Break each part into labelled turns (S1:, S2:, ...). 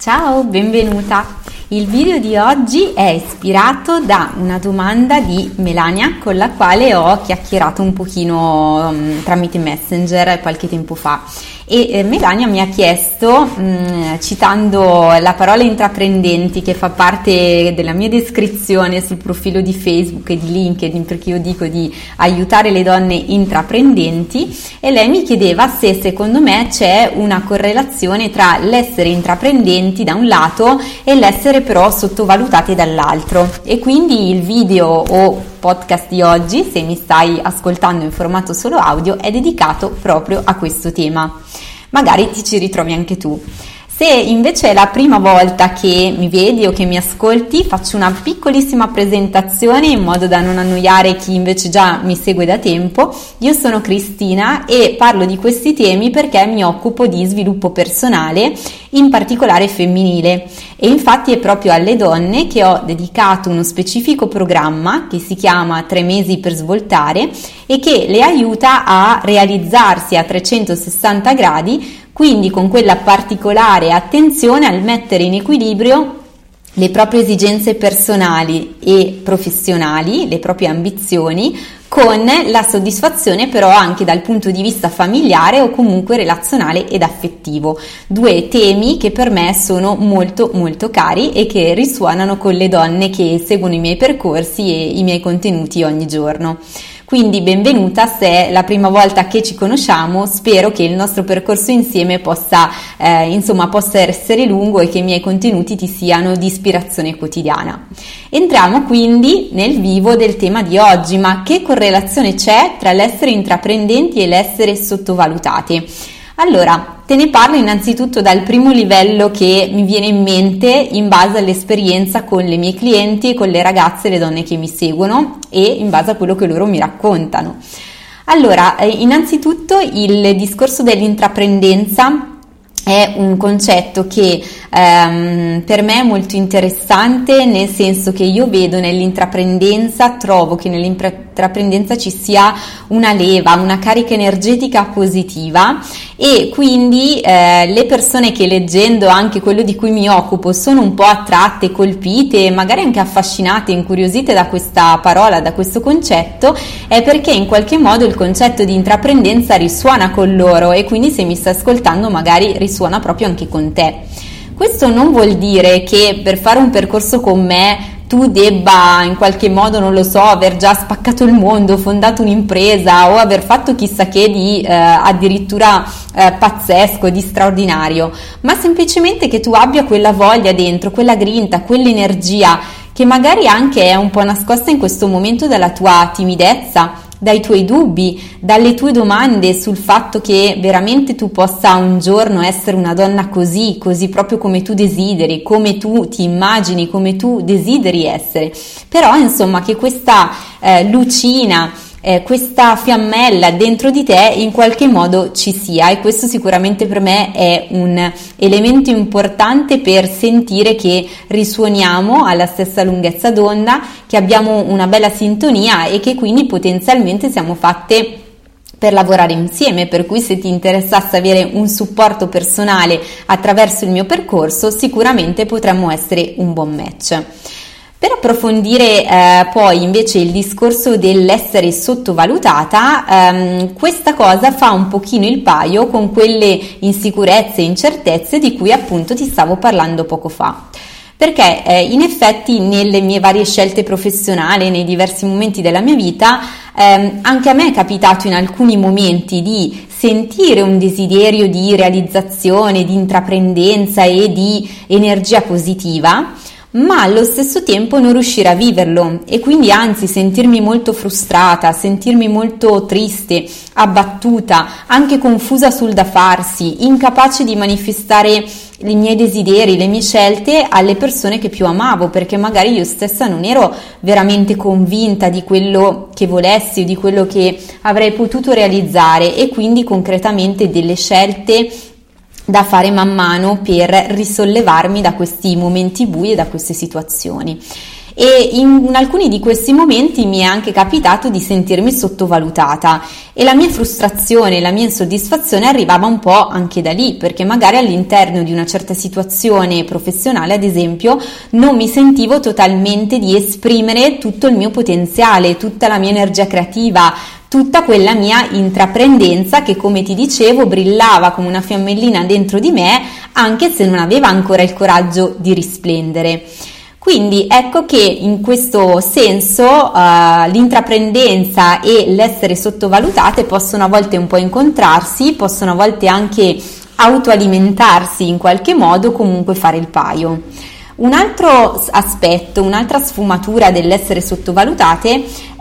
S1: Ciao, benvenuta! Il video di oggi è ispirato da una domanda di Melania con la quale ho chiacchierato un pochino tramite Messenger qualche tempo fa e Melania mi ha chiesto, citando la parola intraprendenti che fa parte della mia descrizione sul profilo di Facebook e di LinkedIn, perché io dico di aiutare le donne intraprendenti, e lei mi chiedeva se secondo me c'è una correlazione tra l'essere intraprendenti da un lato e l'essere però sottovalutate dall'altro. E quindi il video o podcast di oggi, se mi stai ascoltando in formato solo audio, è dedicato proprio a questo tema. Magari ti ci ritrovi anche tu. Se invece è la prima volta che mi vedi o che mi ascolti, faccio una piccolissima presentazione in modo da non annoiare chi invece già mi segue da tempo. Io sono Cristina e parlo di questi temi perché mi occupo di sviluppo personale, in particolare femminile, e infatti è proprio alle donne che ho dedicato uno specifico programma che si chiama 3 mesi per svoltare e che le aiuta a realizzarsi a 360 gradi, quindi con quella particolare attenzione al mettere in equilibrio le proprie esigenze personali e professionali, le proprie ambizioni, con la soddisfazione però anche dal punto di vista familiare o comunque relazionale ed affettivo. 2 temi che per me sono molto molto cari e che risuonano con le donne che seguono i miei percorsi e i miei contenuti ogni giorno. Quindi benvenuta, se è la prima volta che ci conosciamo. Spero che il nostro percorso insieme possa essere lungo e che i miei contenuti ti siano di ispirazione quotidiana. Entriamo quindi nel vivo del tema di oggi. Ma che correlazione c'è tra l'essere intraprendenti e l'essere sottovalutate? Allora, te ne parlo innanzitutto dal primo livello che mi viene in mente in base all'esperienza con le mie clienti e con le ragazze e le donne che mi seguono e in base a quello che loro mi raccontano. Allora, innanzitutto il discorso dell'intraprendenza è un concetto che per me è molto interessante, nel senso che io vedo trovo che nell'intraprendenza ci sia una leva, una carica energetica positiva, e quindi le persone che, leggendo anche quello di cui mi occupo, sono un po' attratte, colpite, magari anche affascinate, incuriosite da questa parola, da questo concetto, è perché in qualche modo il concetto di intraprendenza risuona con loro, e quindi se mi stai ascoltando magari risuona proprio anche con te. Questo non vuol dire che per fare un percorso con me tu debba in qualche modo, non lo so, aver già spaccato il mondo, fondato un'impresa o aver fatto chissà che di addirittura pazzesco, di straordinario, ma semplicemente che tu abbia quella voglia dentro, quella grinta, quell'energia che magari anche è un po' nascosta in questo momento dalla tua timidezza, dai tuoi dubbi, dalle tue domande sul fatto che veramente tu possa un giorno essere una donna così proprio come tu desideri, come tu ti immagini, come tu desideri essere. Però insomma che questa lucina, questa fiammella dentro di te in qualche modo ci sia, e questo sicuramente per me è un elemento importante per sentire che risuoniamo alla stessa lunghezza d'onda, che abbiamo una bella sintonia e che quindi potenzialmente siamo fatte per lavorare insieme. Per cui se ti interessasse avere un supporto personale attraverso il mio percorso, sicuramente potremmo essere un buon match. Per approfondire poi invece il discorso dell'essere sottovalutata, questa cosa fa un pochino il paio con quelle insicurezze e incertezze di cui appunto ti stavo parlando poco fa. Perché in effetti nelle mie varie scelte professionali, nei diversi momenti della mia vita, anche a me è capitato in alcuni momenti di sentire un desiderio di realizzazione, di intraprendenza e di energia positiva, ma allo stesso tempo non riuscire a viverlo, e quindi anzi sentirmi molto frustrata, sentirmi molto triste, abbattuta, anche confusa sul da farsi, incapace di manifestare i miei desideri, le mie scelte alle persone che più amavo, perché magari io stessa non ero veramente convinta di quello che volessi o di quello che avrei potuto realizzare, e quindi concretamente delle scelte da fare man mano per risollevarmi da questi momenti bui e da queste situazioni. e in alcuni di questi momenti mi è anche capitato di sentirmi sottovalutata e la mia frustrazione, la mia insoddisfazione arrivava un po' anche da lì, perché magari all'interno di una certa situazione professionale, ad esempio, non mi sentivo totalmente di esprimere tutto il mio potenziale, tutta la mia energia creativa, tutta quella mia intraprendenza che, come ti dicevo, brillava come una fiammellina dentro di me, anche se non aveva ancora il coraggio di risplendere. Quindi ecco che in questo senso l'intraprendenza e l'essere sottovalutate possono a volte un po' incontrarsi, possono a volte anche autoalimentarsi in qualche modo, comunque fare il paio. Un altro aspetto, un'altra sfumatura dell'essere sottovalutate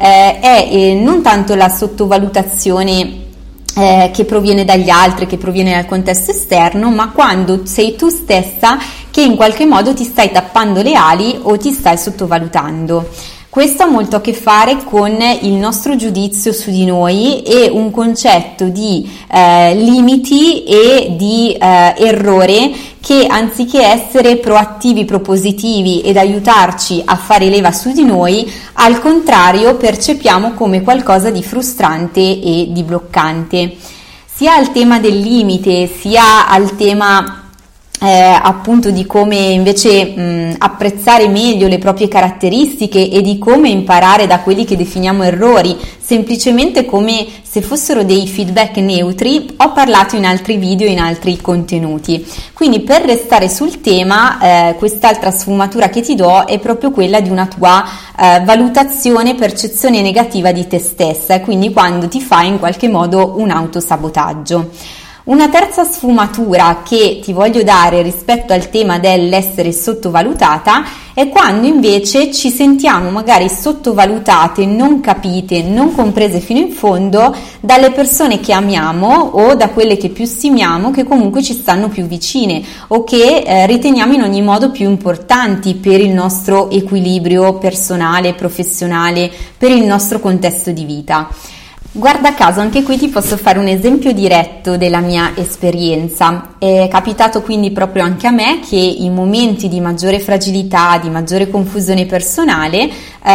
S1: è non tanto la sottovalutazione che proviene dagli altri, che proviene dal contesto esterno, ma quando sei tu stessa che in qualche modo ti stai tappando le ali o ti stai sottovalutando. Questo ha molto a che fare con il nostro giudizio su di noi e un concetto di limiti e di errore che, anziché essere proattivi, propositivi ed aiutarci a fare leva su di noi, al contrario percepiamo come qualcosa di frustrante e di bloccante. Sia al tema del limite, sia al tema appunto di come invece apprezzare meglio le proprie caratteristiche e di come imparare da quelli che definiamo errori, semplicemente come se fossero dei feedback neutri, ho parlato in altri video, in altri contenuti. Quindi, per restare sul tema, quest'altra sfumatura che ti do è proprio quella di una tua valutazione, percezione negativa di te stessa, quindi quando ti fai in qualche modo un autosabotaggio. Una terza sfumatura che ti voglio dare rispetto al tema dell'essere sottovalutata è quando invece ci sentiamo magari sottovalutate, non capite, non comprese fino in fondo dalle persone che amiamo o da quelle che più stimiamo, che comunque ci stanno più vicine o che riteniamo in ogni modo più importanti per il nostro equilibrio personale, professionale, per il nostro contesto di vita. Guarda caso, anche qui ti posso fare un esempio diretto della mia esperienza. È capitato quindi proprio anche a me che in momenti di maggiore fragilità, di maggiore confusione personale,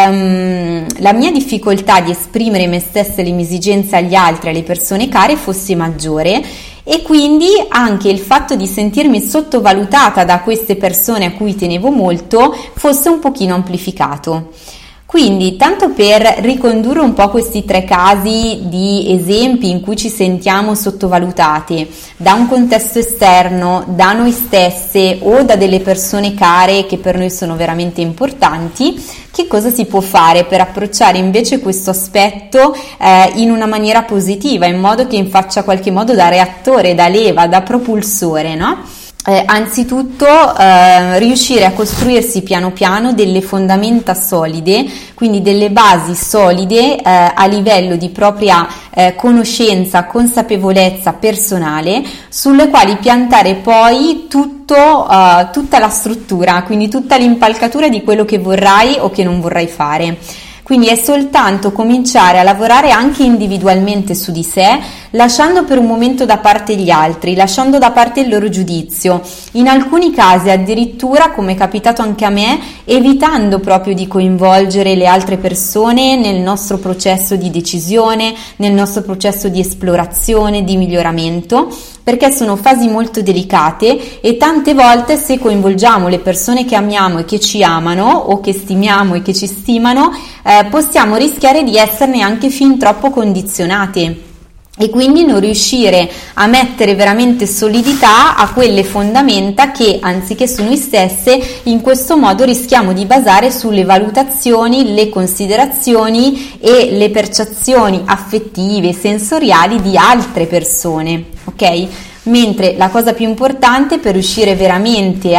S1: la mia difficoltà di esprimere me stessa e le mie esigenze agli altri, alle persone care, fosse maggiore e quindi anche il fatto di sentirmi sottovalutata da queste persone a cui tenevo molto fosse un pochino amplificato. Quindi, tanto per ricondurre un po' questi tre casi di esempi in cui ci sentiamo sottovalutate da un contesto esterno, da noi stesse o da delle persone care che per noi sono veramente importanti, che cosa si può fare per approcciare invece questo aspetto in una maniera positiva, in modo che faccia qualche modo da reattore, da leva, da propulsore, no? Anzitutto riuscire a costruirsi piano piano delle fondamenta solide, quindi delle basi solide a livello di propria conoscenza, consapevolezza personale, sulle quali piantare poi tutta la struttura, quindi tutta l'impalcatura di quello che vorrai o che non vorrai fare. Quindi è soltanto cominciare a lavorare anche individualmente su di sé, lasciando per un momento da parte gli altri, lasciando da parte il loro giudizio. In alcuni casi addirittura, come è capitato anche a me, evitando proprio di coinvolgere le altre persone nel nostro processo di decisione, nel nostro processo di esplorazione, di miglioramento, perché sono fasi molto delicate e tante volte se coinvolgiamo le persone che amiamo e che ci amano o che stimiamo e che ci stimano, possiamo rischiare di esserne anche fin troppo condizionate e quindi non riuscire a mettere veramente solidità a quelle fondamenta che, anziché su noi stesse, in questo modo rischiamo di basare sulle valutazioni, le considerazioni e le percezioni affettive, sensoriali di altre persone, ok? Mentre la cosa più importante per riuscire veramente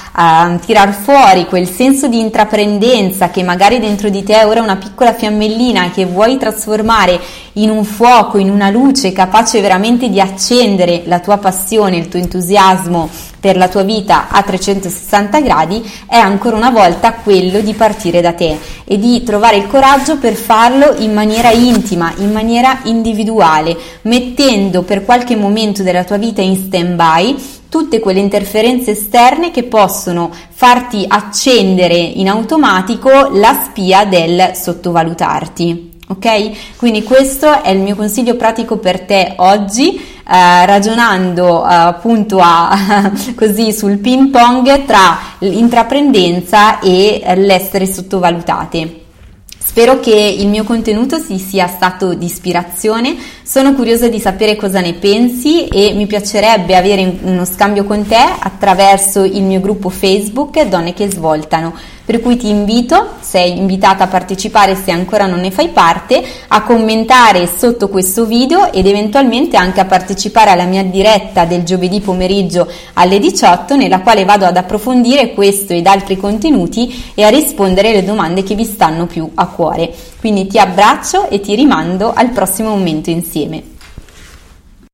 S1: a tirar fuori quel senso di intraprendenza che magari dentro di te ora è una piccola fiammellina che vuoi trasformare in un fuoco, in una luce capace veramente di accendere la tua passione, il tuo entusiasmo per la tua vita a 360 gradi, è ancora una volta quello di partire da te e di trovare il coraggio per farlo in maniera intima, in maniera individuale, mettendo per qualche momento della tua vita in stand-by tutte quelle interferenze esterne che possono farti accendere in automatico la spia del sottovalutarti. Ok? Quindi questo è il mio consiglio pratico per te oggi, ragionando appunto così sul ping pong tra l'intraprendenza e l'essere sottovalutate. Spero che il mio contenuto ti sia stato di ispirazione, sono curiosa di sapere cosa ne pensi e mi piacerebbe avere uno scambio con te attraverso il mio gruppo Facebook Donne che svoltano, per cui ti invito, sei invitata a partecipare se ancora non ne fai parte, a commentare sotto questo video ed eventualmente anche a partecipare alla mia diretta del giovedì pomeriggio alle 18, nella quale vado ad approfondire questo ed altri contenuti e a rispondere alle domande che vi stanno più a cuore. Quindi ti abbraccio e ti rimando al prossimo momento insieme.